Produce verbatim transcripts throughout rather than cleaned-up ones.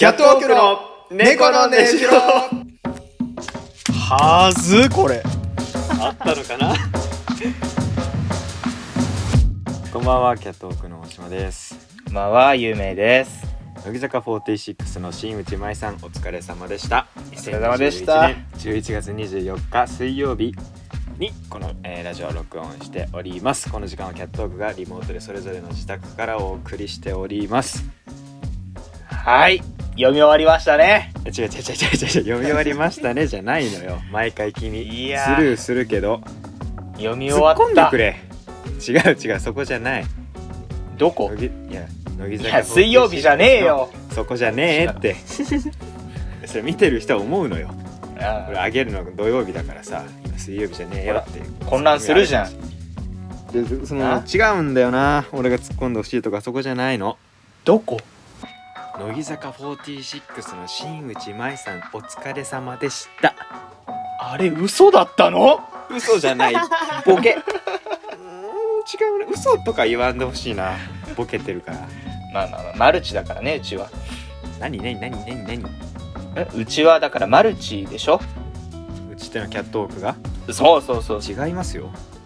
キャットウォークの猫のねじろはずこれあったのかなこんばんは、キャットウォークの大島です。 こんばんは、ゆうめいです。 乃木坂フォーティーシックスの新内舞さん、お疲れ様でした。 お疲れ様でした。 じゅういちがつにじゅうよっか水曜日にこの、えー、ラジオを録音しております。この時間はキャットウォークがリモートでそれぞれの自宅からお送りしております。 はい、読み終わりましたね。 違う違う違う違う違う読み終わりましたねじゃないのよ。毎回君スルーするけど読み終わった。 突っ込んでくれ。違う違う、そこじゃない。 どこ？ いや、乃木坂いや水曜日じゃねえよ。 そこじゃねえってそれ見てる人は思うのよ。 ああ、 これあげるの土曜日だからさ、今水曜日じゃねえよって混乱するじゃん。 でその違うんだよな、俺が突っ込んでほしいとかそこじゃないの。 どこ？ 乃木坂フォーティーシックスの新内舞さん、お疲れ様でした。 あれ嘘だったの？ 嘘じゃないボケうーん違うね、嘘とか言わんでほしいな、ボケてるから。 まあまあまあマルチだからね、うちは。 何何何何何え、うちはだからマルチでしょ。 うちってのキャットウォークが。 そうそうそう、 違いますよ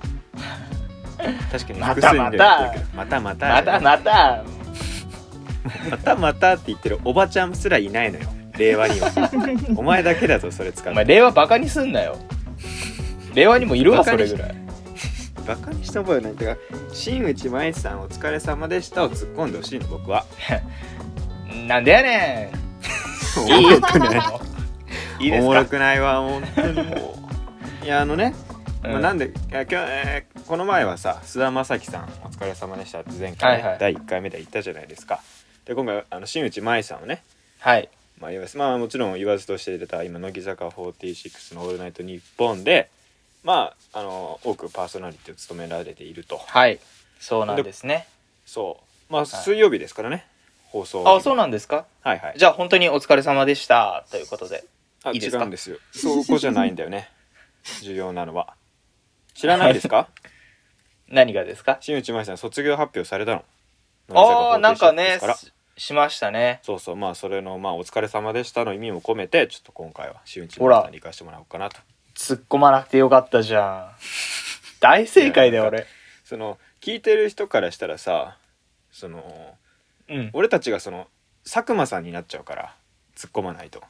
確かにまたまたまたまたまたまたまたまたって言ってるおばちゃんすらいないのよ、令和にはお前だけだぞそれ使って。 お前令和バカにすんなよ。令和にもいるわ、それぐらい。 バカにした覚えない。てか、新内舞さんお疲れ様でしたを突っ込んでほしいの、僕は。 なんでやねん。 おもろくないいいですか？ おもろくないわ、本当にもう。いや、あのね、 うん、 まあ、なんでいや今日、えー、この前はさ、菅田将暉さんお疲れ様でしたって前回、 はいはい、 だいいっかいめで言ったじゃないですか。で今回あの新内舞さんをね、 はい、 まあ、言わずまあもちろん言わずとして入れた今乃木坂フォーティーシックスのオールナイトニッポンで、まああの多くパーソナリティを務められていると。 はい、そうなんですね。 そうまあ水曜日ですからね、はい、放送。 あ、そうなんですか。 はいはい。 じゃあ本当にお疲れ様でしたということでいいですか？ 違うんですよ、そこじゃないんだよね重要なのは。知らないですか何がですか？ 新内舞さん卒業発表されたの。 ああ、なんかね し, しましたね。 そうそう、まあそれのまあお疲れ様でしたの意味も込めて、ちょっと今回は新内舞さんに行かせてもらおうかなと。 突っ込まなくてよかったじゃん大正解だよ俺。 その聞いてる人からしたらさ、その、うん、俺たちがその佐久間さんになっちゃうから突っ込まないと。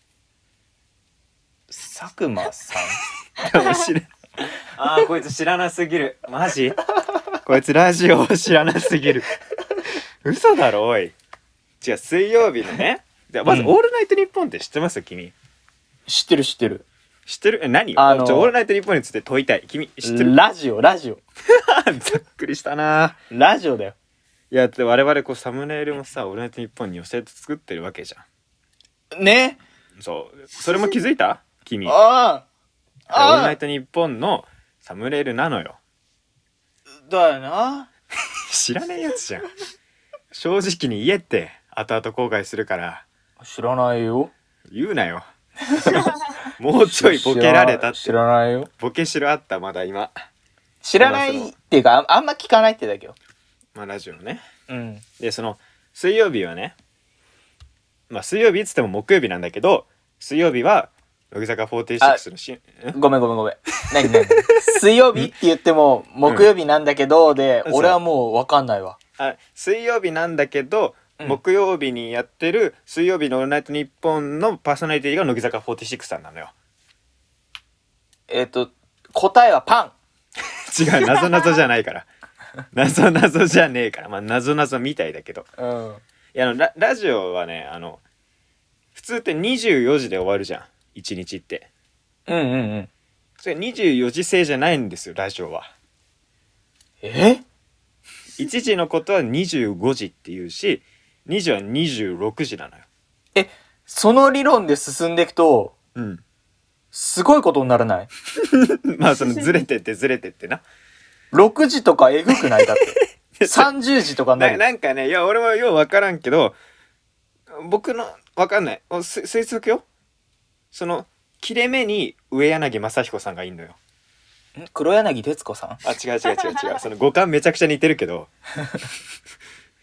佐久間さんかもしれんあーこいつ知らなすぎる、マジこいつラジオを知らなすぎる嘘だろおい。違う、水曜日のねでまず、うん、オールナイトニッポンって知ってます君？ 知ってる知ってる知ってる。え、何よ、あのー、オールナイトニッポンについて問いたい。君知ってる？ ラジオラジオざっくりしたな。 ラジオだよ。 いや、我々こうサムネイルもさ、オールナイトニッポンに寄せて作ってるわけじゃんね。 そうそれも気づいた君？ ああ、 オールナイトニッポンのサムネイルなのよ。 だよな知らねえやつじゃん正直に言えって、後々後悔するから。 知らないよ。 言うなよもうちょいボケられたって。 知らないよ。 ボケしろあった。まだ今知らないっていうか、あんま聞かないってだけよ。 まあラジオね。 うん。 でその水曜日はね、まあ水曜日っつっても木曜日なんだけど、水曜日は乃木坂フォーティーシックスのしごめんごめんごめん何何水曜日って言っても木曜日なんだけどで、うん、俺はもう分かんないわ。 あ、水曜日なんだけど、うん、木曜日にやってる水曜日のオールナイトニッポンのパーソナリティが乃木坂フォーティーシックスさんなのよ。 えっと答えはパン違う、なぞなぞじゃないからなぞなぞじゃねえから。まあなぞなぞみたいだけど、 うん、 いやあの ラ, ラジオはね、あの普通ってにじゅうよじで終わるじゃん、いちにちって。 うんうんうん。 それにじゅうよじ制じゃないんですよ、ラジオは。 え？ いちじのことはにじゅうごじっていうし、にじはにじゅうろくじなのよ。 え、その理論で進んでいくと、 うん、 すごいことにならないまあそのずれてってずれてってな。ろくじとかえぐくない？だってさんじゅうじとかになる。 な, なんかね、いや俺はよう分からんけど、僕の分かんない、推測よ。その切れ目に上柳正彦さんがいんのよ。 ん？黒柳徹子さん？ あ、違う違う違う違うその五感めちゃくちゃ似てるけど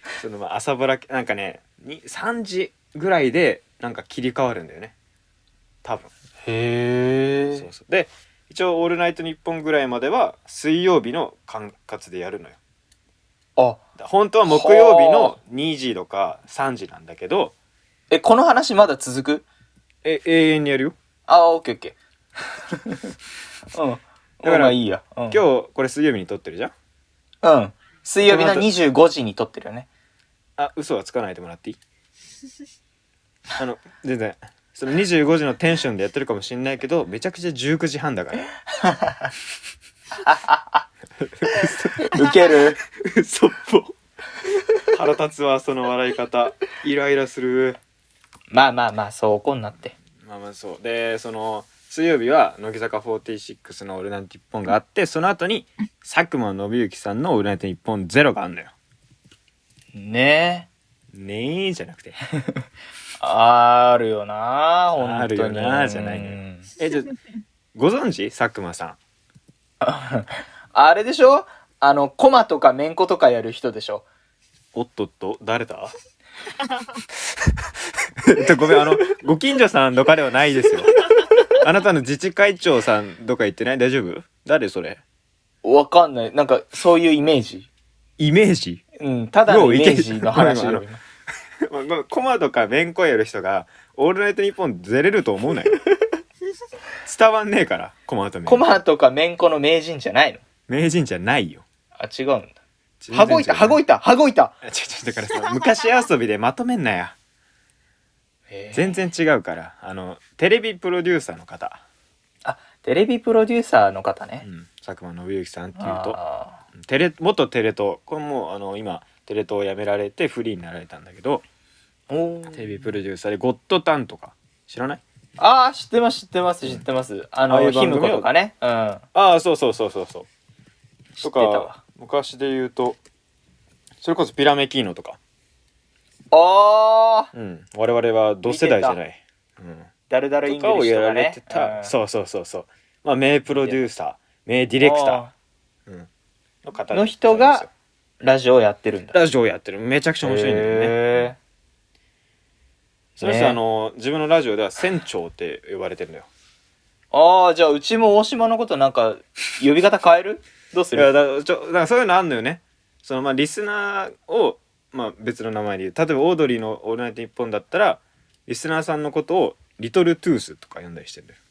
そのまあ朝ぼらなんかねにさんじぐらいでなんか切り替わるんだよね多分。 へえ。 そうそうで一応「オールナイトニッポン」ぐらいまでは水曜日の管轄でやるのよ。 あ、 だ本当は木曜日のにじとかさんじなんだけど、 え、この話まだ続く？ え永遠にやるよ。 あ、オッケーオッケー。うん。 だからまあいいや。うん、 今日これ水曜日に撮ってるじゃん。 うん。水曜日のにじゅうごじに撮ってるよね。 あ、嘘はつかないでもらっていい？あの全然そのにじゅうごじのテンションでやってるかもしんないけど、めちゃくちゃじゅうくじはんだからウケる。 嘘っぽ。腹立つわその笑い方。イライラする。 まあまあまあ、そう怒んなって。 まあまあそうで、その水曜日は乃木坂フォーティシックスの「オールナイトニッポン」があって、その後に佐久間信之さんの「オールナイトニッポンゼロ」があんのよ。 ねえねえじゃなくてあるよな、本当に。 あるよなじゃないのよ。え、じゃご存知佐久間さん？ あれでしょ、あのコマとかメンコとかやる人でしょ。 おっとっと誰だえっとごめん、あのご近所さんとかではないですよ。あなたの自治会長さんとか言ってない？大丈夫？誰それ？ わかんない。なんかそういうイメージ。 イメージ？ うん、ただのイメージの話よ。 コマとかメンコやる人が「オールナイトニッポン」出れると思うなよ。伝わんねえからコマとメンコ。 コマとかメンコの名人じゃないの？ 名人じゃないよ。 あ、違うんだ。羽子板羽子板羽子板。 ちょちょだからさ、昔遊びでまとめんなや。全然違うから。あのテレビプロデューサーの方。 あ、テレビプロデューサーの方ね。 うん、佐久間信之さんっていうとテレ元テレ東、これもうあの今テレ東を辞められてフリーになられたんだけど、 おテレビプロデューサーで「ゴッドタン」とか知らない？ ああ、知ってます知ってます知ってます。あのひむことかね。うん。ああ、そうそうそうそうそう。 知ってたわ。 昔で言うとそれこそピラメキーノとか。 ああ、 うん、我々は同世代じゃない。うん。 ダルダルイングとかをリッシュとかやられてね。 た、 うん、 そうそうそうそう。まあ名プロデューサー、名ディレクター、うん、の方の人がラジオをやってるんだ。 ラジオをやってる。めちゃくちゃ面白いんだよね。 へその人、ね、あの自分のラジオでは船長って呼ばれてるのよ。 ああ、じゃあうちも大島のことなんか呼び方変える？どうする？ いやだちょだからそういうのあんのよね。そのまあリスナーをまあ別の名前で言う。例えばオードリーの「オールナイトニッポン」だったらリスナーさんのことをリトルトゥースとか呼んだりしてるんだよ。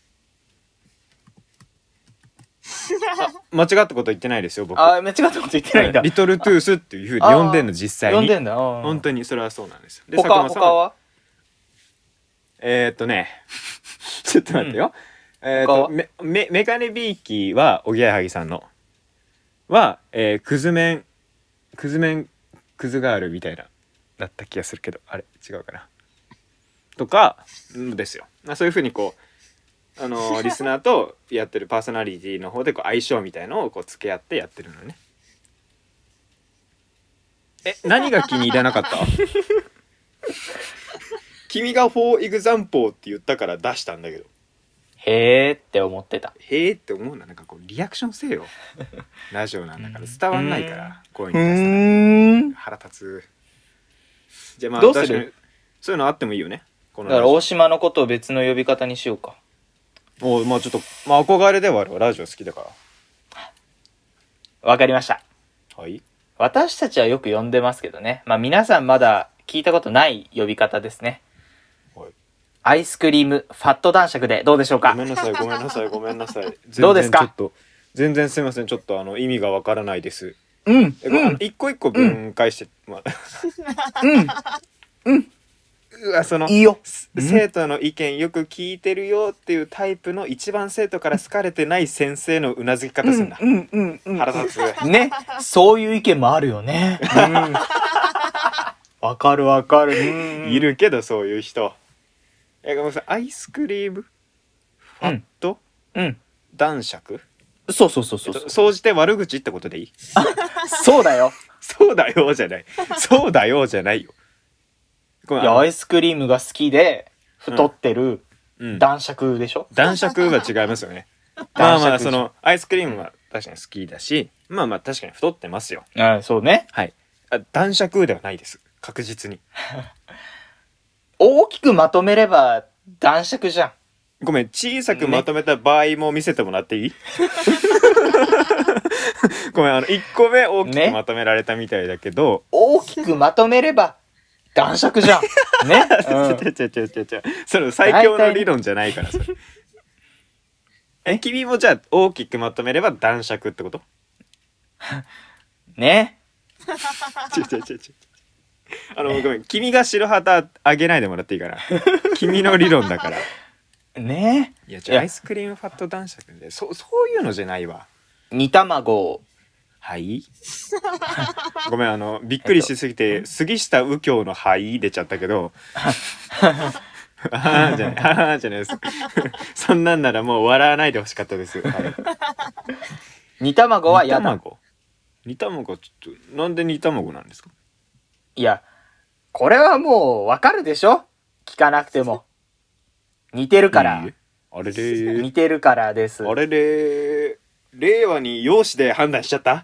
間違ったこと言ってないですよ僕。 あ、間違ったこと言ってないんだ。 リトルトゥースっていうふうに呼んでんの実際に。 呼んでんだ。 本当にそれはそうなんですよ。で他佐久間さん他は？ えー、っとねちょっと待ってよ。うん、えー、っとメメメガネビーキーはおぎやはぎさんのは、えー、クズメンクズメンクズガールみたいなだった気がするけど、あれ違うかなとかですよ。まあ、そういうふうにこうあのー、リスナーとやってるパーソナリティの方でこう相性みたいのをこう付け合ってやってるのね。え、何が気に入らなかった？君が「フォーエグザンポー」って言ったから出したんだけど。 へーって思ってた。 へーって思うな。なんかこうリアクションせよ。ラジオなんだから伝わんないから声に出さない。腹立つ。じゃあまあどうする？ 確かにそういうのあってもいいよね。このだから大島のことを別の呼び方にしようか。 おまあちょっとまあ憧れではあるわ。ラジオ好きだから。 わかりました。 はい。 私たちはよく呼んでますけどね。まあ皆さんまだ聞いたことない呼び方ですね。 はい、 アイスクリームファット男爵でどうでしょうか？ ごめんなさいごめんなさいごめんなさい。 どうですか？ ちょっと全然すいません。ちょっとあの意味がわからないです。 うん。 え、うん、一個一個分解して、うん、まあ、 うん。うん。 うわそのいいよ。 生徒の意見よく聞いてるよっていうタイプの一番生徒から好かれてない先生のうなずき方すんだ。 うんうんうんうん。 腹立つ。 ね。そういう意見もあるよね。うん。わかるわかる。うん。 いるけどそういう人。え、ごめんなさい。アイスクリームファット、 うん、 男爵。 そうそうそうそう。 総じて悪口ってことでいい？ そうだよ。 そうだよじゃない。そうだよじゃないよ。 いやアイスクリームが好きで太ってる男爵でしょ？ うん、男爵は違いますよね。まあまあそのアイスクリームは確かに好きだし、まあまあ確かに太ってますよ。 ああそうね。 はい。 あ男爵ではないです。確実に。 大きくまとめれば男爵じゃん。 ごめん、小さくまとめた場合も見せてもらっていい、ね、ごめん、あのいっこめ大きくまとめられたみたいだけど、ね、 大きくまとめれば男爵じゃんね、うん、 ちゃちゃちゃちゃちゃその最強の理論じゃないからそれえ君もじゃあ大きくまとめれば男爵ってことね。 ちゃちゃちゃちゃあの、ね、ごめん、君が白旗あげないでもらっていいかな君の理論だからね。 いや、じゃあアイスクリームファット男爵で、そそういうのじゃないわ。 煮卵。 はいごめん、あのびっくりしすぎて、えっと、杉下右京のはい出ちゃったけどああじゃないああじゃないですそんなんならもう笑わないでほしかったです、はい、 煮卵はやだ。 煮卵煮卵ちょっとなんで煮卵なんですか？ いや、これはもうわかるでしょ、聞かなくても。似てるから。いいあれれ似てるからです。 あれれ令和に容姿で判断しちゃった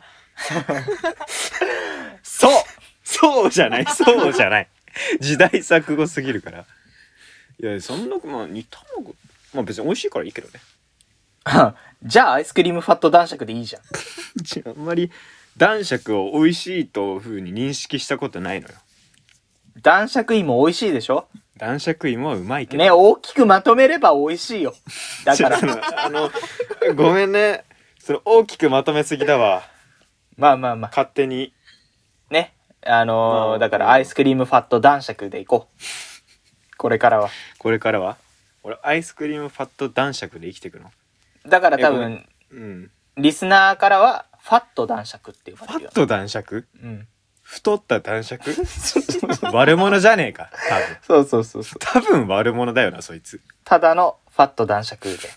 そうそうじゃないそうじゃない時代錯誤すぎるから。いや、そんな、まあ煮卵、まあ別に美味しいからいいけどねじゃあアイスクリームファット男爵でいいじゃんあんまり男爵を美味しいという風に認識したことないのよ。 男爵芋美味しいでしょ。 男爵芋はうまいけどね、大きくまとめれば美味しいよ。だからあのごめんね、それ大きくまとめすぎだわ。 まあまあまあ勝手にね、あのーまあ、だからアイスクリームファット男爵でいこう。これからはこれからは俺アイスクリームファット男爵で生きていくの。 だから多分、うん、リスナーからはファット男爵って呼ばれるよ。 ファット男爵、 うん、 太った男爵悪者じゃねえか多分。そうそうそうそう、 多分悪者だよなそいつ。 ただのファット男爵で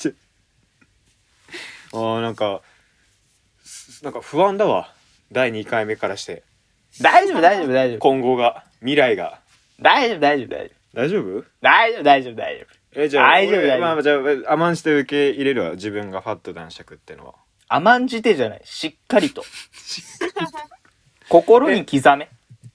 あー、なんかなんか不安だわ、だいにかいめからして。 大丈夫大丈夫大丈夫、 今後が、未来が大丈夫大丈夫大丈夫大丈夫大丈夫大丈夫大丈夫。 え、じゃあ大丈夫大丈夫、 まあ、じゃあ甘んじて受け入れるわ、自分がファット男爵ってのは。 甘んじてじゃない、しっかりと心に刻め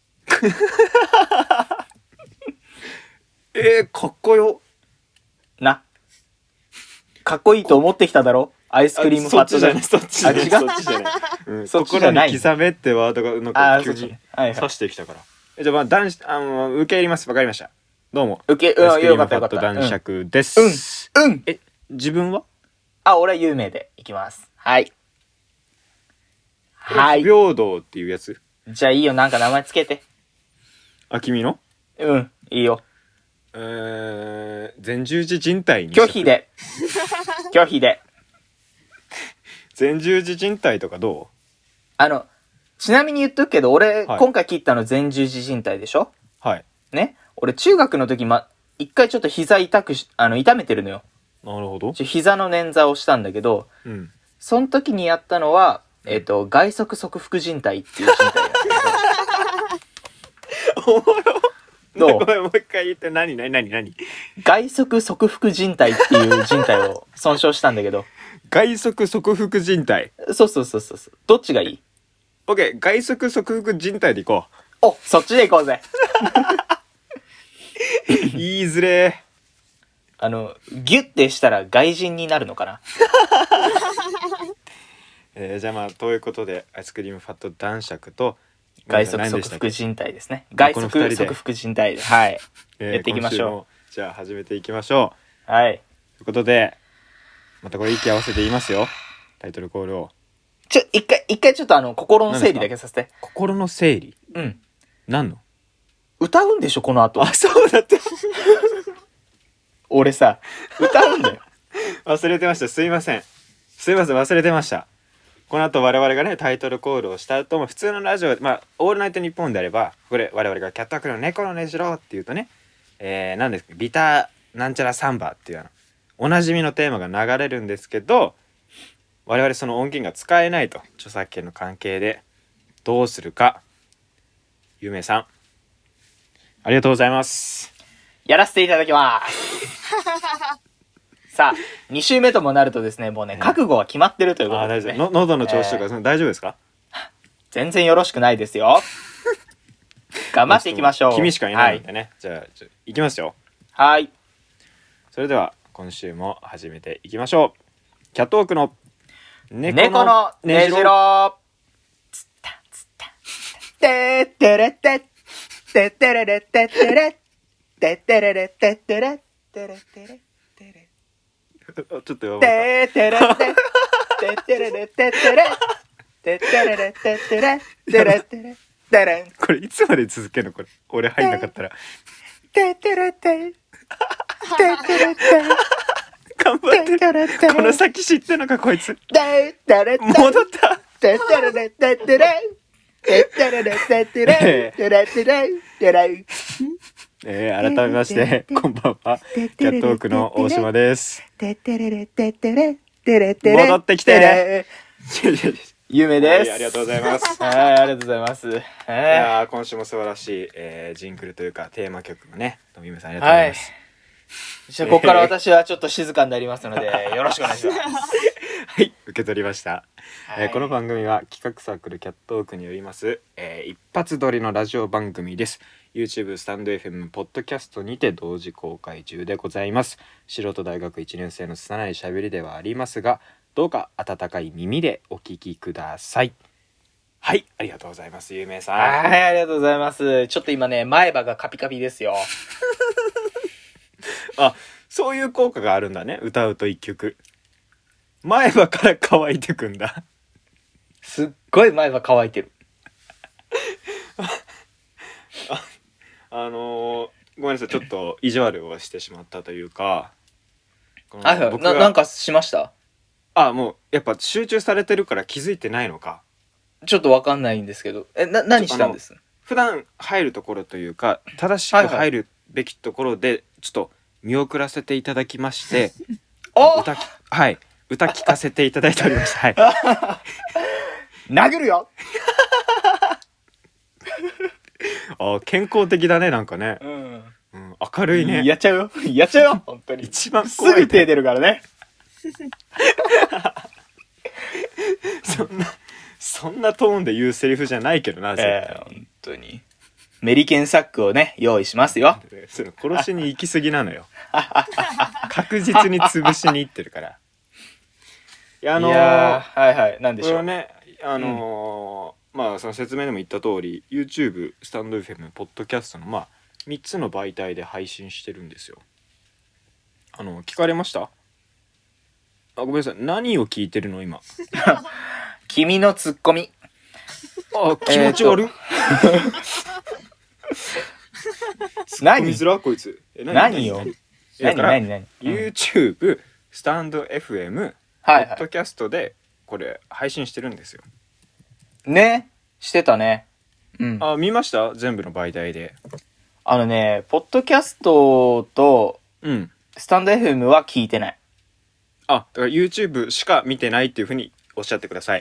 えー、かっこよな。かっこいいと思ってきただろ、アイスクリームファットじゃない。 そっちじゃない、そっちじゃない、うん、心に刻めってワードがなんか急に刺してきたから、え、じゃあまあ男子、あの受け入れます。わかりました。どうも。 受け、うん、 アイスクリームファッよかったよかった。 ト男爵です。 うん。うん。 え、自分は？ あ、俺は有名でいきます。はい。はい。 不平等っていうやつ？ じゃあいいよ、なんか名前つけて。 あ、君の？ うん、いいよ。 えー、前十字靭帯に。 拒否で。拒否で。 前十字靭帯とかどう？ あの、ちなみに言っとくけど、俺、 はい、 今回切ったの前十字靭帯でしょ？ はい。 ね？俺、中学の時、ま、一回ちょっと膝痛くし、あの、痛めてるのよ。 なるほど。 ちょ膝の捻挫をしたんだけど、 うん。 その時にやったのは、えっと、外側側副靭帯っていう靭帯なんだけど。 おもろ。 どう？ ごめん、もう一回言って。何何何何？ 外側側副靭帯っていう靭帯を損傷したんだけど。 外側側副靭帯。 そうそうそうそう。どっちがいい？ オッケー、外側側副靭帯でいこう。お、そっちでいこうぜ。 言いづれー。 あの、ギュッてしたら外人になるのかな。 えー、じゃあまあ、ということで、アイスクリームファット男爵と、 外側側副靭帯ですね。外側側副靭帯で。はい。えー、やっていきましょう。じゃあ始めていきましょう。はい。 ということで、またこれ息合わせて言いますよ。タイトルコールを。 ちょ、一回、一回ちょっとあの、心の整理だけさせて。 心の整理？ うん。 何の？ 歌うんでしょ、この後。 あ、そうだって。 俺さ、歌うんだよ。 忘れてました。すいません。すいません、忘れてました。この後我々がね、タイトルコールをした後も、普通のラジオ、まあ、オールナイトニッポンであれば、これ、我々がキャットワークの猫のねじろって言うとね、えー、何ですか、ビターなんちゃらサンバっていうあの、おなじみのテーマが流れるんですけど、我々その音源が使えないと、著作権の関係で、どうするか、ゆめさん、ありがとうございます。 やらせていただきますさあに週目ともなるとですね、もうね、覚悟は決まってるということですね。 あ、大丈夫。の喉の調子とか、えー、大丈夫ですか？ 全然よろしくないですよ。 頑張っていきましょう。 君しかいないんでね、はい、じゃあ、じゃあいきますよ。 はい。 それでは今週も始めていきましょう。キャットウォークの猫のねじろ。つったつったてってれっててってれれってってれてってれれってってれてれてれてれちょっとやばいてってれっててってれれってってれてってれれってってれてれてれてれん。 これいつまで続けるのこれ。俺入んなかったらてってれっててってれって頑張ってる。この先知ってんのかこいつ。戻ったてってれれってってれてってれれってってれてれてれてれ。 えー、改めましてこんばんは、キャットウォークの大島です。 てってれれってってれてれてれ戻ってきてゆめです、 はい、ありがとうございますはい、ありがとうございます、 えー、いや今週も素晴らしい、えー、ジングルというかテーマ曲のね、ゆめさんありがとうございます、はい、 じゃあここから私はちょっと静かになりますのでよろしくお願いしますはい、受け取りました、はい、えー、この番組は企画サークルキャットウォークによります、えー、一発撮りのラジオ番組です。 YouTube、スタンド エフエム、ポッドキャストにて同時公開中でございます。素人大学いちねん生の拙いしゃべりではありますが、どうか温かい耳でお聞きください。はい、ありがとうございます。ゆうめいさん。 はい、ありがとうございます。ちょっと今ね、前歯がカピカピですよあ、そういう効果があるんだね。歌うと一曲前歯から乾いてくんだ。 すっごい前歯乾いてるあ, あのー、ごめんなさい、ちょっと意地悪をしてしまったというか、このあ、僕がな、なんかしました？ あ、もうやっぱ集中されてるから気づいてないのか。 ちょっとわかんないんですけど、え、な、何したんです？ 普段入るところというか正しく入るべきところでちょっと見送らせていただきまして歌き、はい、歌聞かせていただいておりました。はい。 殴るよあ、健康的だね、なんかね、 うんうん、明るいね。 やっちゃうよやっちゃうよ本当に一番怖い、 すぐ手出るからねそんなそんなトーンで言うセリフじゃないけどな、絶対、 えー、本当にメリケンサックをね用意しますよ。 それ殺しに行き過ぎなのよ確実に潰しに行ってるから。いや、あのー、いやはいはい、なんでしょう。 これはね、あのーうん、まあその説明でも言った通り YouTube、スタンド エフエム、ポッドキャストのまあみっつの媒体で配信してるんですよ。あの聞かれました？あ、ごめんなさい、何を聞いてるの今君のツッコミ。 あ、気持ち悪い、 何見づらこいつ。 え、何何よ何何何 YouTube、スタンド エフエム、ポはいはいッドキャストでこれ配信してるんですよ。 ね、してたね。うん。 あ、見ました？全部の媒体で。 あのね、ポッドキャストとうんスタンド エフエム は聞いてない。 あ、だから YouTube しか見てないっていうふうにおっしゃってください。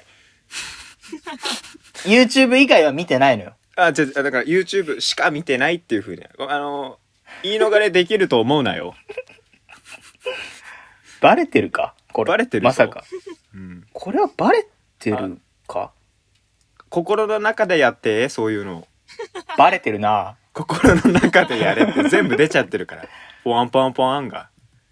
YouTube 以外は見てないのよ。 あ、じゃだから YouTube しか見てないっていうふうに、あの言い逃れできると思うなよ。 バレてるかこれ。 バレてるぞまさか、 うん、 これはバレてるか。 心の中でやって、そういうのバレてるな。 心の中でやれって全部出ちゃってるから。ポワンポワンポワンが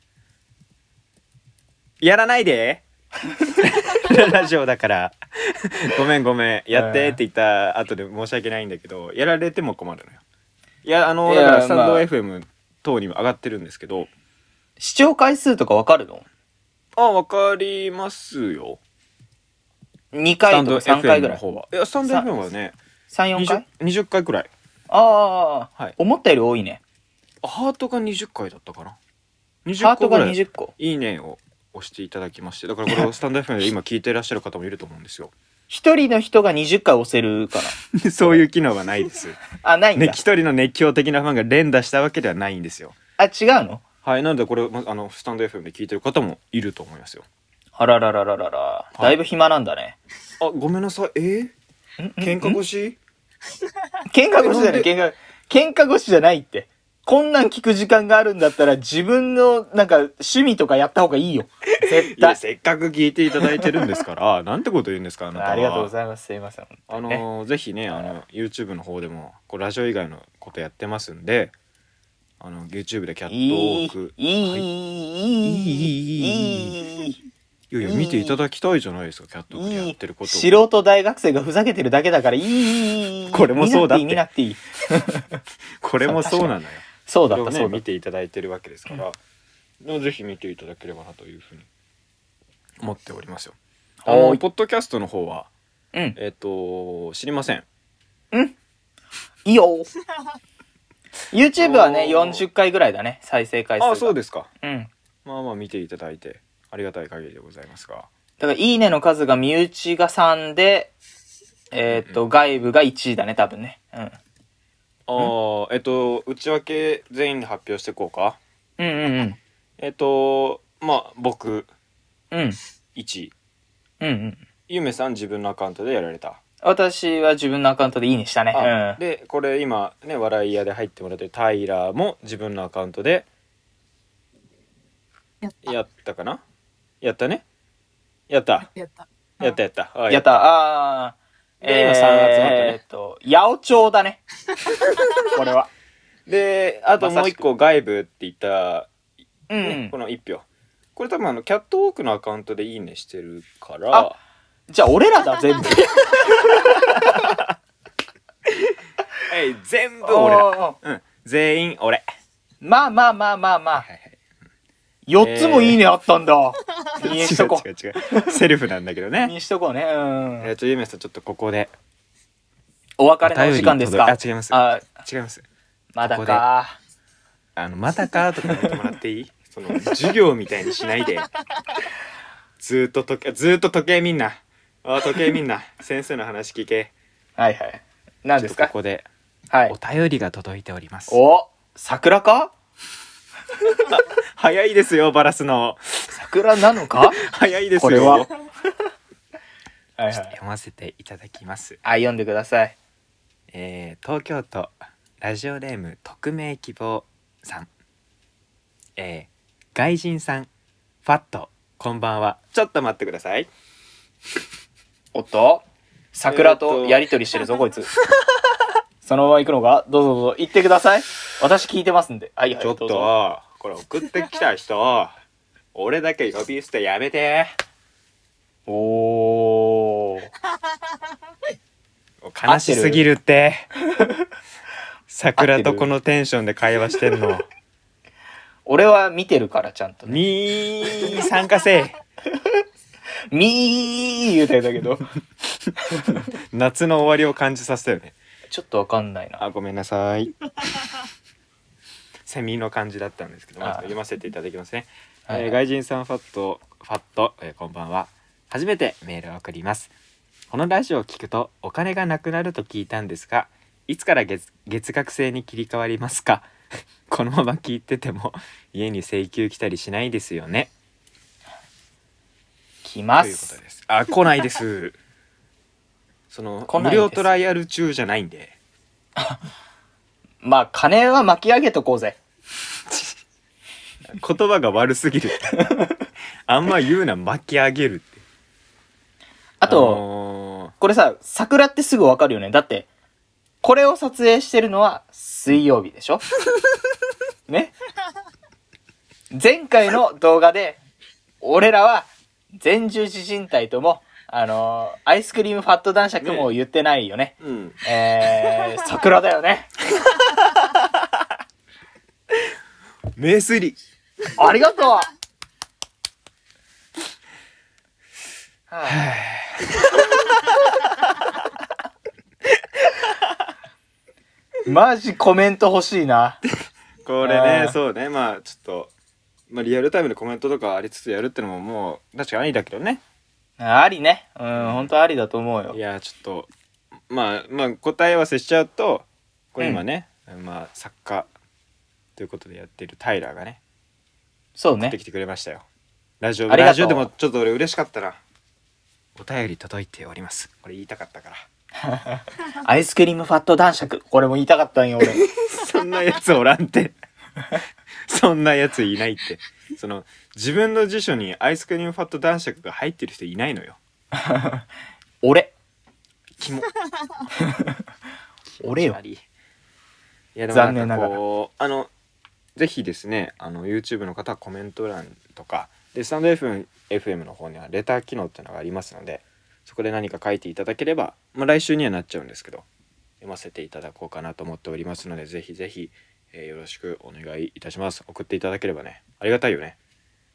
やらないでラジオだからごめんごめんやってって言った後で申し訳ないんだけど、やられても困るのよ。いや、あのだからスタンド エフエム 等にも上がってるんですけど、 視聴回数とかわかるの？ あ、わかりますよ。 にかいとかさんかいぐらい。 いや、スタンド エフエム はねさん、よんかい 20, 20回くらい。 ああ、はい、思ったより多いね。 ハートがにじゅっかいだったかな。 にじゅっこぐらいハートがにじゅっこいいねを押していただきまして、だからこれをスタンド エフエム で今聞いていらっしゃる方もいると思うんですよ。 一人の人がにじゅっかい押せるかなそういう機能はないです。 あ、ないんだ。 ね、一人の熱狂的なファンが連打したわけではないんですよ。 あ、違うの？ はい、なのでこれあのスタンド エフエム で聞いてる方もいると思いますよ。 あらららららら、だいぶ暇なんだね。 あ、ごめんなさい。えー、喧嘩腰？ 喧嘩腰じゃない、喧嘩喧嘩腰じゃないって。 こんなん聞く時間があるんだったら自分のなんか趣味とかやった方がいいよ。絶いや対。 せっかく聞いていただいてるんですからなんてこと言うんですかあなたは。 ありがとうございます。すいません。 あのーぜひねあの YouTube の方でもこうラジオ以外のことやってますんで、あの YouTube でキャットウいいォーク、 いい、 はい、 いい、いい、 いやいや見ていただきたいじゃないですかキャットウォークでやいいってることを。 素人大学生がふざけてるだけだからいい。 これもそうだって見なくていい、見なくていい。 これもそうなのよ。 そうだった、 これをねそうだった。 見ていただいてるわけですから、ぜひ見ていただければなというふうに思っておりますよ。あはーいのポッドキャストの方はうん。 えっ、と知りません。 いいよ。YouTube はね、 おーよんじゅっかいぐらいだね、再生回数が。 あそうですか。 うん。 まあまあ見ていただいてありがたい限りでございますが、 だから、いいねの数が身内がさんで、えっ、と、外部がいちいだね、多分ね。うん。 ああえっと内訳全員で発表していこうか。 うんうんうん。 えっとまあ僕うん。 いちい、 うんうん。 ゆめさん自分のアカウントでやられた。 私は自分のアカウントでいいねしたね。 あうん。 でこれ今ね笑い屋で入ってもらってるタイラーも自分のアカウントでやったやったかな。やったね。やったやったやったやったあやった。あー。 で今さん集まったねえーっと、八百長だね。これは。 であともう一個外部って言った、 うん、 ねこのいち票、これ多分あのキャットウォークのアカウントでいいねしてるからあじゃあ俺らだ、全部。 はい全部俺ら、 おーうん、全員俺。 まあまあまあまあまあ。 はいはいよっつもいいねあったんだ。にしとこ違う違う違うセルフなんだけどう。 ね。 にしとこうね。うん。 えっとゆめさんちょっとここでお別れのお時間ですか？ お便り届いあ違いますあ、 違います。 まだか。 あのまたかとか言ってもらっていい？その授業みたいにしないで。ずーっと時計ずーっと時計みんな。あ時計みんな。先生の話聞け。 はいはい。何ですか？ ここではいお。便りが届いております。 お、桜か？ 早いですよバラすの。 桜なのか？ 早いですよ。 これは。はいはい。 読ませていただきます。 あ、読んでください。 えー、東京都ラジオネーム匿名希望さん。えー、外人さんファットこんばんは。ちょっと待ってください。 おっと桜とやりとりしてるぞ、こいつ。そのまま行くのか？どうぞどうぞ、行ってください。私聞いてますんで。はいはい、 ちょっどうぞ。 とこれ送ってきた人俺だけ呼び捨てやめて。 おー。 悲しすぎるって桜とこのテンションで会話してんの。 俺は見てるから、ちゃんとね。 みー参加せい。 みー言うたんだけど。 夏の終わりを感じさせたよね。 ちょっとわかんないな。 あごめんなさい。セミの感じだったんですけど、まず読ませていただきますね。 はいはいえー外人さんファットファット、えーこんばんは。初めてメールを送ります。このラジオを聞くとお金がなくなると聞いたんですが、いつから月月額制に切り替わりますか？このまま聞いてても家に請求来たりしないですよね。 来まということす。 です。あ来ないです。その無来ないです料トライアル中じゃないんで。 まあ、金は巻き上げとこうぜ。 言葉が悪すぎる。あんま言うな巻き上げるって。 あと、 のーこれさ、桜ってすぐわかるよね。だって、これを撮影してるのは水曜日でしょ？ね？前回の動画で、俺らは前十字靭帯とも、あのーアイスクリームファット男爵も言ってないよね。 うん。 えー、桜だよね。 名推理。 ありがとうはあマジコメント欲しいな。 これねあーそうねまあちょっと、まあ、リアルタイムでコメントとかありつつやるってのももう確かにありだけどね。 ありね。うん、ほんとありだと思うよい。やちょっとまあまあ答え合わせしちゃうとこれ今ね、まあ作家ということでやってるタイラーがねそうね送って。きてくれましたよ。ラジオありがとうラジオでもちょっと俺嬉しかったな。お便り届いております。これ言いたかったから。 アイスクリームファット男爵。これも言いたかったんよ、俺。 そんなやつおらんて。そんなやついないって。その自分の辞書にアイスクリームファット男爵が入ってる人いないのよ。 俺。 キモ。 俺よ。 いやでもなんか残念ながら。 こうあのぜひですね、あの YouTube の方はコメント欄とかでスタンド エフエム の方にはレター機能っていうのがありますので、そこで何か書いていただければ、まあ、来週にはなっちゃうんですけど読ませていただこうかなと思っておりますので、ぜひぜひ、えー、よろしくお願いいたします。送っていただければね、ありがたいよね。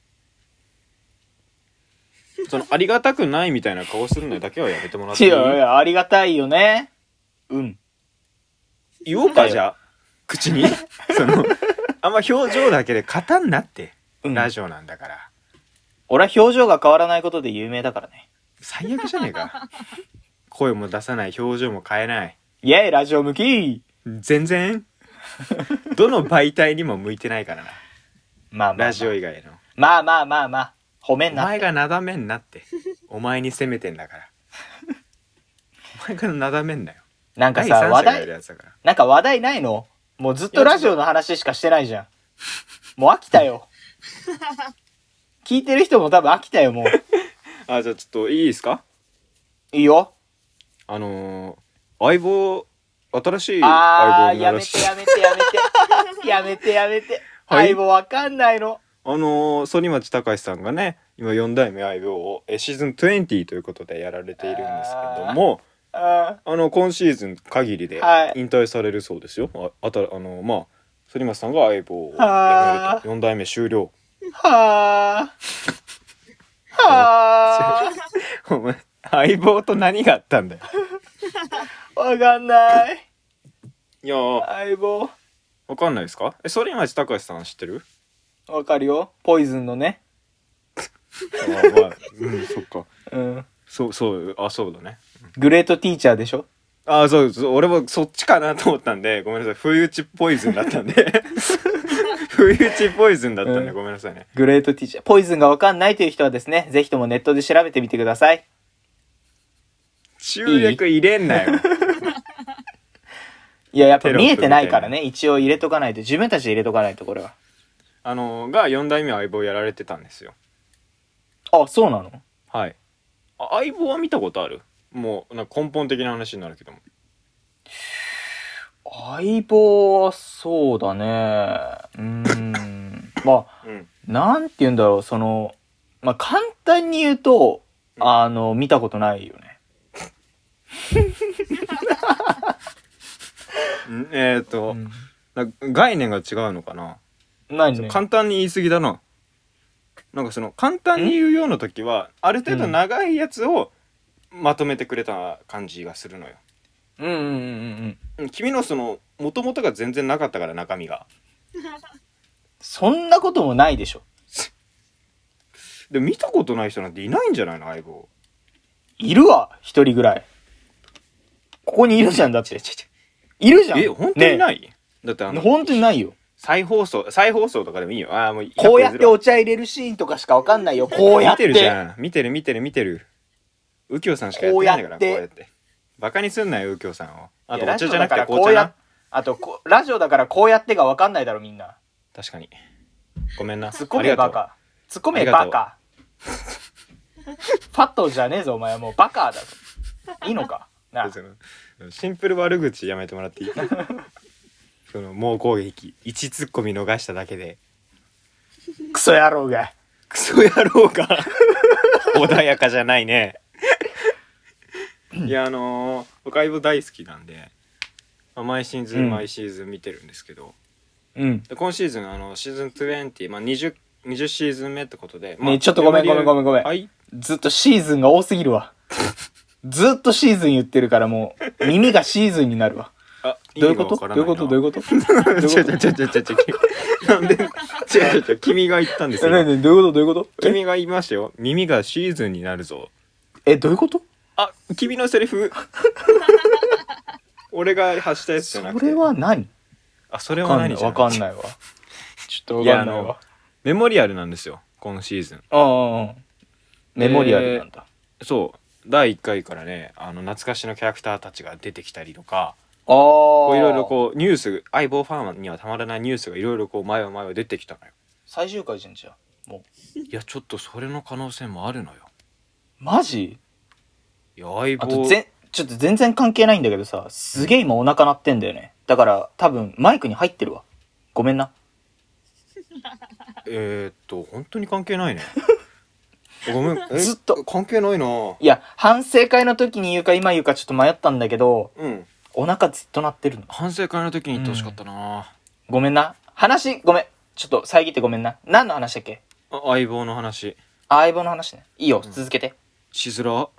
そのありがたくないみたいな顔するのだけはやめてもらっていい？ いやいや、ありがたいよね。うん。 言おうか、じゃあ口にそのあんま表情だけで語んなって、 うん、 ラジオなんだから。 俺は表情が変わらないことで有名だからね。 最悪じゃねえか。声も出さない、表情も変えない。 イエーイ、ラジオ向き。 全然どの媒体にも向いてないからな。 まあまあ、まあ、 ラジオ以外の。 まあまあまあまあ、褒めんなって。 お前がなだめんなって。お前に責めてんだから。お前がなだめんなよ。 なんかさ、話題、なんか話題ないの？もうずっとラジオの話しかしてないじゃん。もう飽きたよ。聞いてる人も多分飽きたよ、もう。 あ、じゃあちょっといいですか？ いいよ。 あのー、相棒、新しいあー、 相棒にならしやめてやめてやめて。やめてやめて。 はい、 相棒わかんないの。 あのー、反町隆史さんがね、今よん代目相棒をえシーズンにじゅうということでやられているんですけども、ああの今シーズン限りで引退されるそうですよ。はい、あ, あたあのまあ反町さんが相棒をやめるとよん代目終了。はあはあお前相棒と何があったんだよ。 わかんない。 いや相棒わかんないですか？え反町隆史さん知ってる？ わかるよ、ポイズンのね。 あまあうんそっか、 うんそうそうあそうだね。 グレートティーチャーでしょ。 ああそうそう、俺もそっちかなと思ったんでごめんなさい。不意打ちポイズンだったんで不意打ちポイズンだったんで、うん、ごめんなさいね。 グレートティーチャーポイズンがわかんないという人はですね、ぜひともネットで調べてみてください。 中略入れんなよ。 いややっぱ見えてないからね、一応入れとかないと、自分たちで入れとかないと。これはあのがよん代目相棒やられてたんですよ。 あ、そうなの？ はい。あ、相棒は見たことある？もうなんか根本的な話になるけども。 相棒はそうだね。うーん。まあ、うん、なんて言うんだろう、その、まあ簡単に言うと、うん、あの見たことないよね。 えっと、うん、なんか概念が違うのかな。 何ね。 簡単に言い過ぎだな。なんかその簡単に言うような時はある程度長いやつをまとめてくれた感じがするのよ。 うんうんうんうん。 君のその元々が全然なかったから中身が。 そんなこともないでしょ。 で見たことない人なんていないんじゃないの？相棒いるわ、一人ぐらい。ここにいるじゃん、だって。いるじゃん。 え、本当にない？ね、だってあの本当にないよ。 再放送再放送とかでもいいよ。ああもうこうやってお茶入れるシーンとかしかわかんないよ。こうやって見てるじゃん。見てる見てる見てる。右京さんしかやってないから、こうやってバカにすんなよ右京さんを。あとお茶じゃなくて紅茶な。 あとこラジオだからこうやってがわかんないだろみんな。 確かにごめんな。 ツッコめバカ。ツッコめバカ。ファットじゃねえぞお前は、もうバカだぞ。いいのかな。 シンプル悪口やめてもらっていい？その猛攻撃いちツッコミ逃しただけでクソ野郎がクソ野郎が穏やかじゃないね。いやあのー、僕相棒大好きなんで、まあ、毎シーズン、うん、毎シーズン見てるんですけど、うん、で今シーズンあのシーズンにじゅう、まあ、20, 20シーズン目ってことで、まあ、 ね、ちょっとごめんごめんごめんごめん、はい、ずっとシーズンが多すぎるわ。ずっとシーズン言ってるからもう耳がシーズンになるわ。 あ、 どういうこと？どういうこと？どういうこと？ ちょちょちょちょちょちょなんで？ちょちょちょ君が言ったんですよ。 ねねどういうこと？どういうこと？ 君が言いましたよ。耳がシーズンになるぞ。 え、どういうこと？ あ、君のセリフ。俺が発したやつじゃなくて。 それは何？ あ、それは何じゃわかんないわ。ちょっとわかんないわ。 メモリアルなんですよ。今シーズン。 ああ、メモリアルなんだ。 そう。 だいいっかいからねあの懐かしのキャラクターたちが出てきたりとかああいろいろこうニュース相棒ファンにはたまらないニュースがいろいろこう前は前は出てきたのよ。 最終回じゃんじゃあもういやちょっとそれの可能性もあるのよ。 マジ？ いや相あと棒ぜちょっと全然関係ないんだけどさ、すげえ今お腹鳴ってんだよね。だから多分マイクに入ってるわ。ごめんな。 えー、っと本当に関係ないねごめんえずっと関係ないないや、反省会の時に言うか今言うかちょっと迷ったんだけど、 うんお腹ずっと鳴ってるの。 反省会の時に言ってほしかったな、 ごめんな。話、ごめん。ちょっと遮ってごめんな。何の話だっけ？ あ相棒の話あ相棒の話ね。いいよ、続けて。 しづらも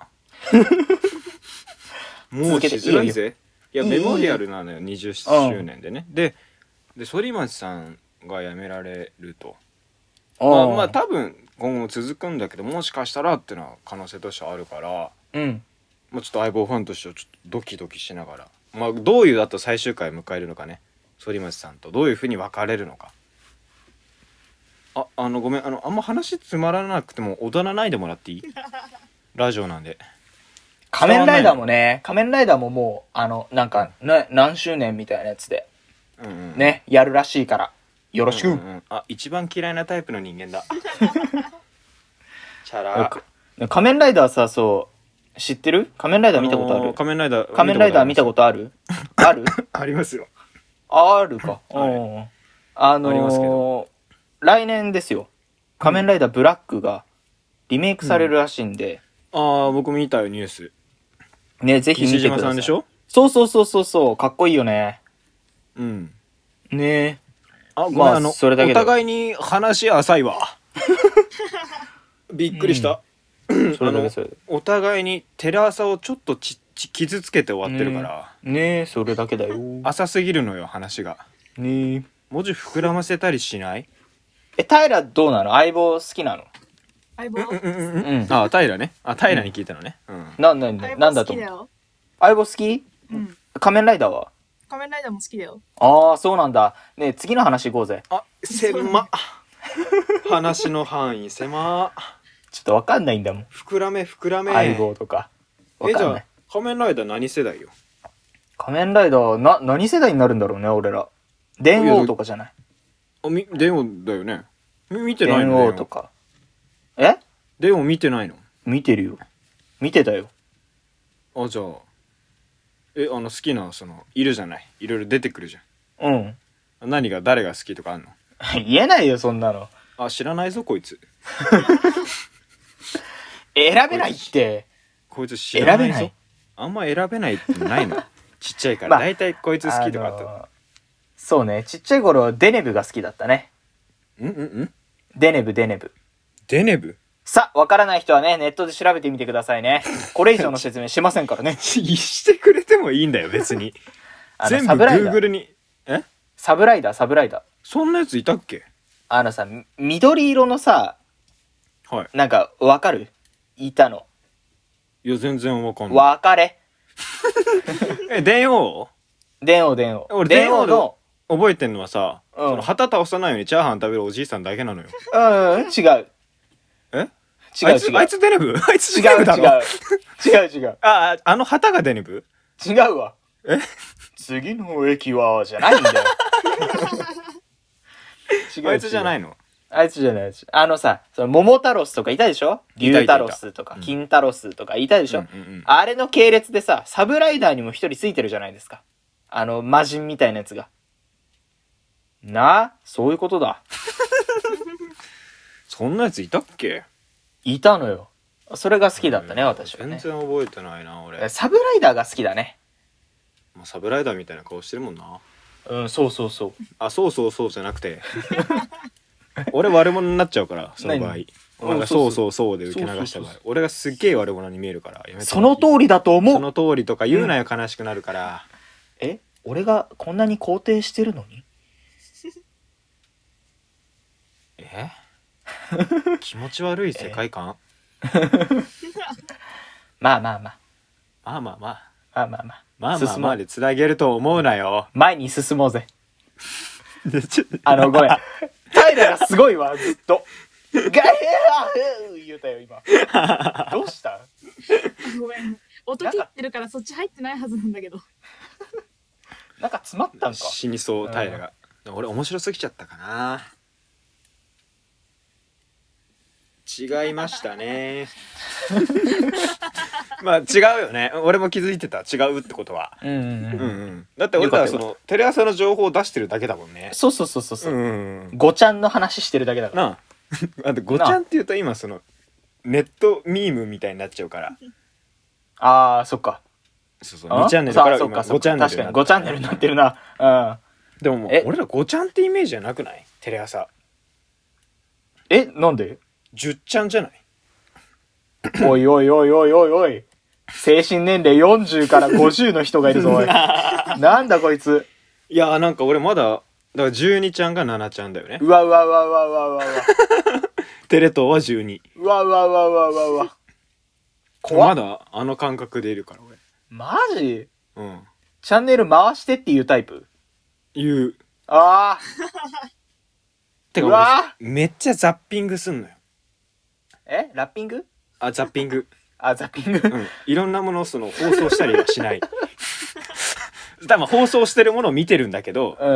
う続けしてづらいぜ。いやいいメモリアルなのよにじゅっしゅうねんでね、でで反町さんが辞められるとまあまあ多分今後も続くんだけどもしかしたらっていうのは可能性としてはあるからうん。 もうちょっと相棒ファンとしてはちょっとドキドキしながらまあどういうあと最終回迎えるのかね反町さんとどういうふうに別れるのかああのごめんあのあんま話つまらなくても踊らないでもらっていいラジオなんで仮面ライダーもね、仮面ライダーももう、あの、なんか、ね、何周年みたいなやつで、 うんうんね、やるらしいから、よろしく。 うんうんうんあ一番嫌いなタイプの人間だチャラか仮面ライダーさ、そう、知ってる？仮面ライダー見たことある？ あのー仮面ライダー仮面ライダー見たことある？ある？ ありますよあるか。 はいうんあのありますけーど、 来年ですよ。仮面ライダーブラックがリメイクされるらしいんで、 ああ僕見たよニュースね、ぜひ見て西ください。 島さんでしょそうそうそうそうそう、かっこいいよね。 うんねあごめん、 まああのそれだけでお互いに話浅いわびっくりした、 え。それだあのけそれだけ。 お互いにテレ朝をちょっとちち傷つけて終わってるから、 ねえ、それだけだよ。 浅すぎるのよ話がねえ。 文字膨らませたりしないえ、平どうなの？相棒好きなの？ 相棒うんうんうんうん、 うんあ平ねあ平に聞いたのね、うんな、な、な、 相なんだと思う？ 棒好きだよ。 相棒好き？ うん。 仮面ライダーは？ 仮面ライダーも好きだよ。 ああ、そうなんだ。ねえ、次の話行こうぜ。 あ狭っ話の範囲狭ちょっとわかんないんだもん。 膨らめ膨らめ相棒とか。わえじゃあかんない。 仮面ライダー何世代よ仮面ライダー、な、何世代になるんだろうね、俺ら。電王とかじゃない？ あみ電王だよねみ見てない電の王とか。え？ 電王見てないの見てるよ。見てたよ。 あじゃあえあの好きなそのいるじゃないいろいろ出てくるじうん。 ゃん何が誰が好きとかあんの言えないよ、そんなの。 あ知らないぞこいつ選べないって。 こいつ知らないぞ選べないあんま選べないってないのちっちゃいから、 まあ大体こいつ好きとかあった、 あのーそうね、ちっちゃい頃、デネブが好きだったね。 うんうんうんデネブ、デネブ。 デネブさ、わからない人はね、ネットで調べてみてくださいね。これ以上の説明しませんからね。 してくれてもいいんだよ別にあの、 全部サブライダー。 Google にえサブライダー、サブライダー。 そんなやついたっけあのさ、み緑色のさ、 はいなんか、わかる？いたの。 いや全然わかんないわかれ。 え電王電王、電王。 俺電電王の王の、 覚えてんのはさ、 うんその旗倒さないようにチャーハン食べるおじいさんだけなのようん、違う。 え違う違う。 あいつあいつデネブあいつ違うデネブだろ違う。違う違う。 あああの旗がデネブ違うわ。 え次の駅は、じゃないんだよ。違う違う。 あいつじゃないのあいつじゃないやつ。あのさ、その桃太郎とかいたでしょ？ いたいたいた竜太郎とかうん金太郎とかいたでしょ？ うんうんうんあれの系列でさ、サブライダーにも一人ついてるじゃないですか。あの、魔人みたいなやつが。なあ、そういうことだ。 そんなやついたっけいたのよ。それが好きだったね、私は全ね。 然覚えてないな俺サブライダーが好きだね。 まあサブライダーみたいな顔してるもんなうん、そうそうそう。 あそうそうそうじゃなくて俺悪者になっちゃうからその場合何お前がそうそうそうで受け流した場合俺がすっげえ悪者に見えるからやめてもらっていいその通りだと思う。 その通りとか言うなよ悲しくなるから、 え、俺がこんなに肯定してるのに？ え気持ち悪い世界観まあまあまあ。 まあまあまあまあまあまあ。 まあまあ進もうまあでつなげると思うなよ前に進もうぜ。 でちょあの、ごめん。平がすごいわ、ずっと。 ガヘア言うたよ今。どうしたごめん。音切ってるからそっち入ってないはずなんだけど。 なんか詰まったんか。 死にそう平が。俺面白すぎちゃったかな。違いましたね。まあ違うよね。俺も気づいてた。違うってことは。 うんうんうん。 うんうん。だって俺らはそのテレ朝の情報を出してるだけだもんね。 そうそうそうそうそうう。 んうんうん。 ごちゃんの話してるだけだから。 なあ。あとごちゃんっていうと今そのネットミームみたいになっちゃうから。 ああ、そっか。 そうそう。にチャンネルから今そっかそっかごチャンネル確かにごチャンネルになってるな。うん。 でももうえ俺らごちゃんってイメージじゃなくない？テレ朝。 え、なんで？ じゅっちゃんじゃない？ おいおいおいおいおいおい。精神年齢よんじゅうからごじゅうの人がいるぞ、おい。なんだこいつ。 いやーなんか俺まだだからじゅうにちゃんがななちゃんだよね。 うわうわうわうわうわうわうわ。 テレ東はじゅうに。 うわうわうわうわうわうわ。怖まっ。 だあの感覚でいるから俺。 マジ？ うん。 チャンネル回してっていうタイプ？ 言う。 ああ。 てかうわ俺めっちゃザッピングすんのよ。 えラッピング？ あザッピング。 あ、ザッピング。 うん。いろんなものをその放送したりはしない。多分放送してるものを見てるんだけど。 うん。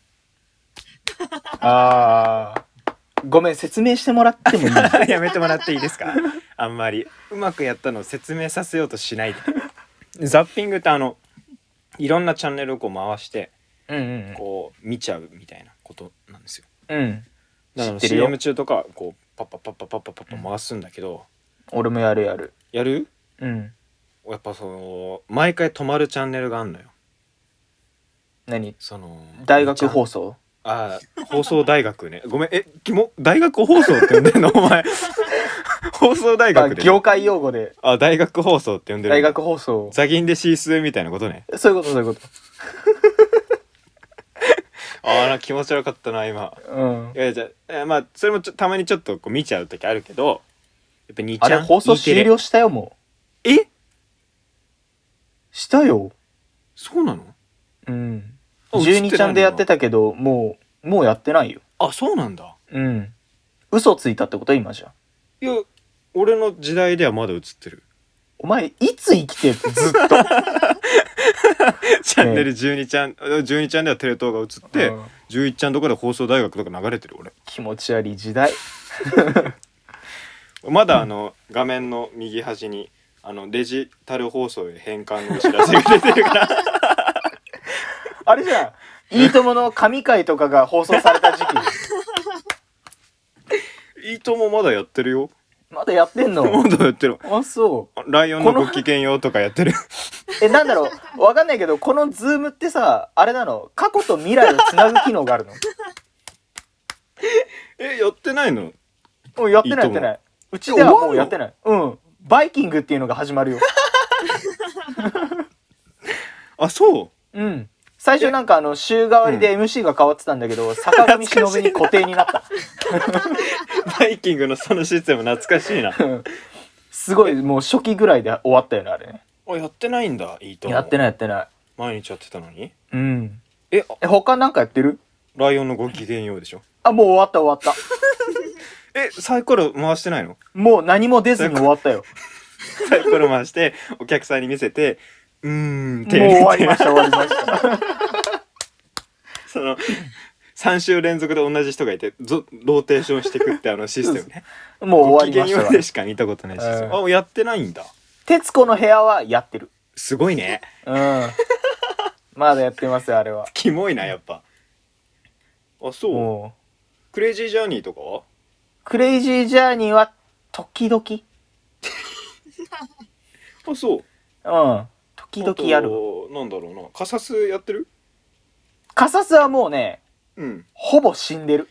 ああ。ごめん、説明してもらってもいい？ やめてもらっていいですか？あんまりうまくやったのを説明させようとしないで。ザッピングってあのいろんなチャンネルをこう回してうんうんこう見ちゃうみたいなことなんですよ。 うん。うん。 だから知ってるよシーエム 中とかこうパッパッパッパッパッパッパッパ回すんだけど、 俺もやるやる。 やる？ うん。 やっぱその毎回止まるチャンネルがあんのよ。 何？ その大学放送？ ああ放送大学ね。ごめんえキモ大学放送って呼んでんのお前。放送大まあ、 学で。 業界用語で。 あ大学放送って呼んでる。 大学放送。 ザギンでシースーみたいなことね。 そういうこと、そういうこああな気持ち悪かったな今。 と。うん。 いやじゃあえまあそれもちょたまにちょっとこう見ちゃう時あるけど、やっぱにちゃんあれ、放送 E テレ終了したよ、もえう。したよ。 そうなの？ うん。 あじゅうにちゃんでやってたけど、もう、もうやってないよ。 あそうなんだ。 うん。嘘ついたってこと今じゃ。 いや俺の時代ではまだ映ってる。 お前、いつ生きてるずっと。 チャンネルじゅうにちゃん、じゅうにちゃんではテレ東が映って、 うんじゅういちちゃんとかで放送大学とか流れてる俺。 気持ち悪い時代。 まだあの画面の右端にあのデジタル放送へ変換のお知らせが出てるから。 あれじゃん。いいともの神回とかが放送された時期。 いいともまだやってるよ。 まだやってんの？ まだやってる。 あ、そう。 ライオンのご機嫌ようとかやってる。 え、なんだろう、わかんないけど、このズームってさ、あれなの、過去と未来をつなぐ機能があるの？ えやってないの？ もうやってないやってない。うちではもうやってない。うん。バイキングっていうのが始まるよ。 あそううん。最初なんかあの、週替わりで エムシー が変わってたんだけど、坂上忍に固定になった。 バイキングのそのシステム懐かしいな。 うんすごい、もう初期ぐらいで終わったよね、あれね。 あやってないんだいいとも。 やってないやってない。 毎日やってたのに。 うん。 ええ、他なんかやってる？ ライオンのご機嫌ようでしょ。 あ、もう終わった終わった。 えサイコロ回してないの？ もう何も出ずに終わったよ。 サイコロ回してお客さんに見せてうーんもうって終わりました終わりました。 そのさん週連続で同じ人がいてゾローテーションしていくってあのシステムね。 もう終わりましたわご機嫌ようで。しか見たことないシステム。 うんあやってないんだ。 徹子の部屋はやってる。 すごいね。 うん。まだやってますよ、あれは。 キモいなやっぱ。あそう。 もう。 クレイジージャーニーとかは？ クレイジージャーニーは、時々。 あそう。 うん。時々やる。 あとなんだろうな。カサスやってる？ カサスはもうね、 うん。 ほぼ死んでる。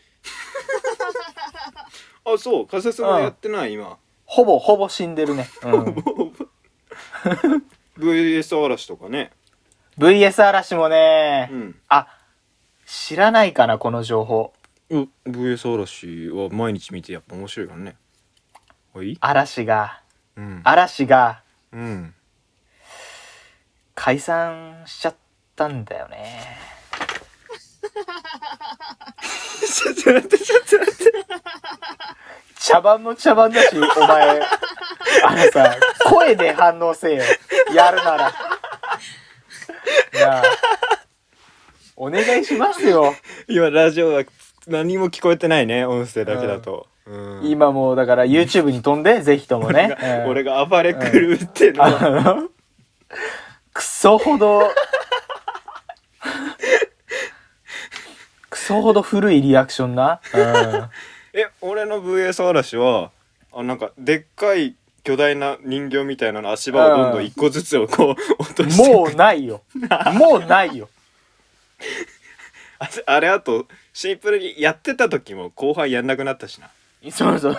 あそう。カサスはやってない今。 ほぼほぼ死んでるね。うん。 ブイエス 嵐とかね。 ブイエス 嵐もね、 うん。 あ、知らないかな、この情報。 う ブイエス 嵐は毎日見てやっぱ面白いからね。はい。 嵐が、 うん。 嵐がうん。 解散しちゃったんだよね。 ちょっと待ってちょっと待って。 茶番も茶番だし、お前あのさ、声で反応せよ、やるなら。なあ、お願いしますよ。 今ラジオは何も聞こえてないね、音声だけだと、うん、 今もうだから YouTube に飛んでぜひともね。 俺が、 うん、 俺が暴れ狂うっての、 あのクソほどクソほど古いリアクションな。うん、 え、俺の ブイエス 嵐はあ、なんかでっかい巨大な人形みたいなの足場をどんどん一個ずつをこう落としてもうないよ。もうないよ。 あ, あれあとシンプルにやってた時も後半やんなくなったしな。 そうそう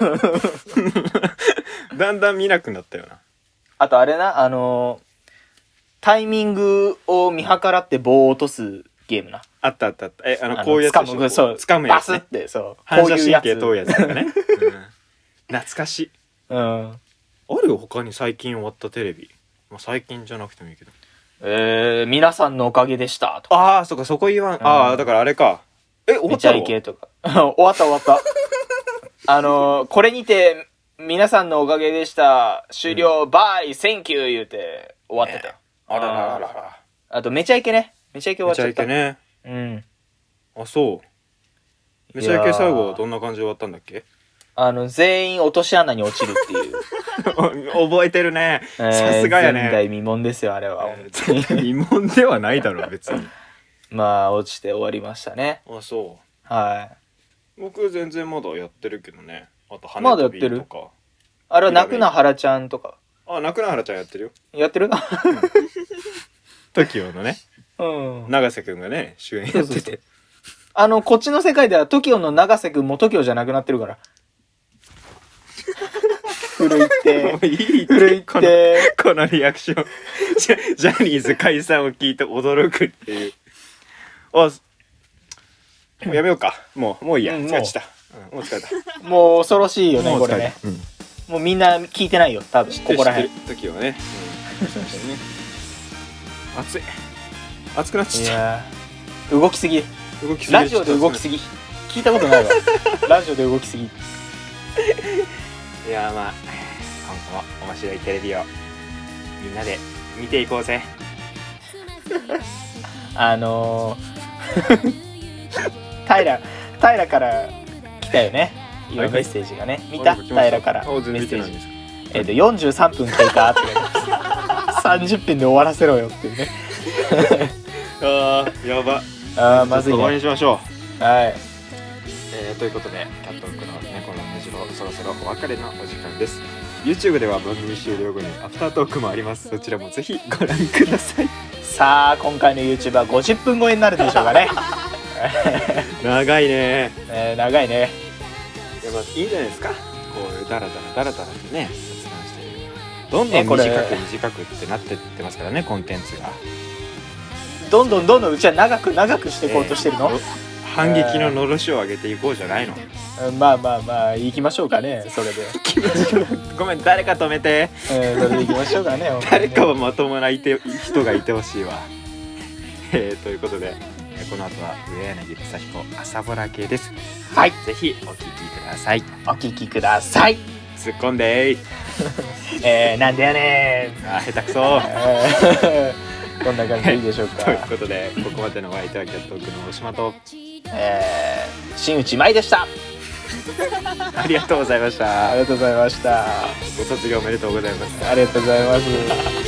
だんだん見なくなったよな。 あとあれな、あのー、タイミングを見計らって棒を落とすゲームな。 あったあったあった。え、あのあのこういうやつでしょ。 掴む、そう、 掴むやつ、ね、 バスってそう反射神経こういう問うやつとかね、うん、懐かしい。 うん。 あるよ他に最近終わったテレビ、まあ、最近じゃなくてもいいけど、 えー、皆さんのおかげでしたとか。 ああそっかそこ言わん、うん、ああだからあれか、え終わめちゃったのイケとか終わった終わったあのー、これにて皆さんのおかげでした終了、うん、バイセンキュー言うて終わってたよ、ね、 あららららら。 あとめちゃイケね、めちゃイケ終わっちゃった。 めちゃイケね。 うん。 あ、そうめちゃイケ最後はどんな感じで終わったんだっけ。 あの全員落とし穴に落ちるっていう覚えてるね、えー、さすがやね。 前代未聞ですよあれは、 えー、未聞ではないだろう別にまあ落ちて終わりましたね。 あ、そう。 はい。 僕全然まだやってるけどね。あと羽まだや飛ってるびとか。 あれは泣くなはらちゃんとか。 あ、泣くなはらちゃんやってるよ。 やってるトキオのね、 うん、 永瀬くんがね主演やってて、そうそうそう、 あのこっちの世界では トキオ の永瀬くんも トキオ じゃなくなってるから古いってもういいって古いってこの、このリアクションジャ、ジャニーズ解散を聞いて驚くっていう。あ、やめようか。もうもういいや、うん、疲れちゃった、うん、もう疲れた。 もう恐ろしいよねこれね、 うん、 もうみんな聞いてないよ多分ここら辺。 時はね、うん、暑い暑くなっちゃった。いや動きすぎ動きすぎラジオで動きすぎ聞いたことないわラジオで動きすぎ。 いやまあ今後も面白いテレビをみんなで見ていこうぜ。 あのー、平平から来たよね今メッセージがね。見た平からメッセージ。えっとよんじゅうさんぷん経過ってさんじゅっぷんで終わらせろよっていうねあーやば。 あーまずいね。 終わりにしましょう。 はい、 えー、ということでキャットオークの猫のねじろそろそろお別れのお時間です。 YouTube では番組終了後にアフタートークもあります。そちらもぜひご覧ください。 さあ今回の YouTube はごじゅっぷん超えになるでしょうかね長いね、 えー、長いね。 いやまあいいんじゃないですか、こういうダラダラダラダラとね雑談してる。どんどん短く短くってなってってますからねコンテンツが。 どんどんどんどんうちは長く長くしていこうとしてるの、えー、 反撃ののろしを上げていこうじゃないの、 えー、まあまあまあ行きましょうかねそれでごめん誰か止めて、 えー、それで行きましょうかね誰かはまともないて人がいてほしいわえー、ということでこの後は上柳正彦朝ぼら系です。 はい、 ぜひお聞きください。 お聞きください。 突っ込んでーえー、なんでやねー。あー下手くそこんな感じでいいでしょうか。 ということでここまでのお相手はキャットオークの大島と、 えー、新内舞でしたありがとうございました。 ありがとうございました。 ご卒業おめでとうございます。 ありがとうございます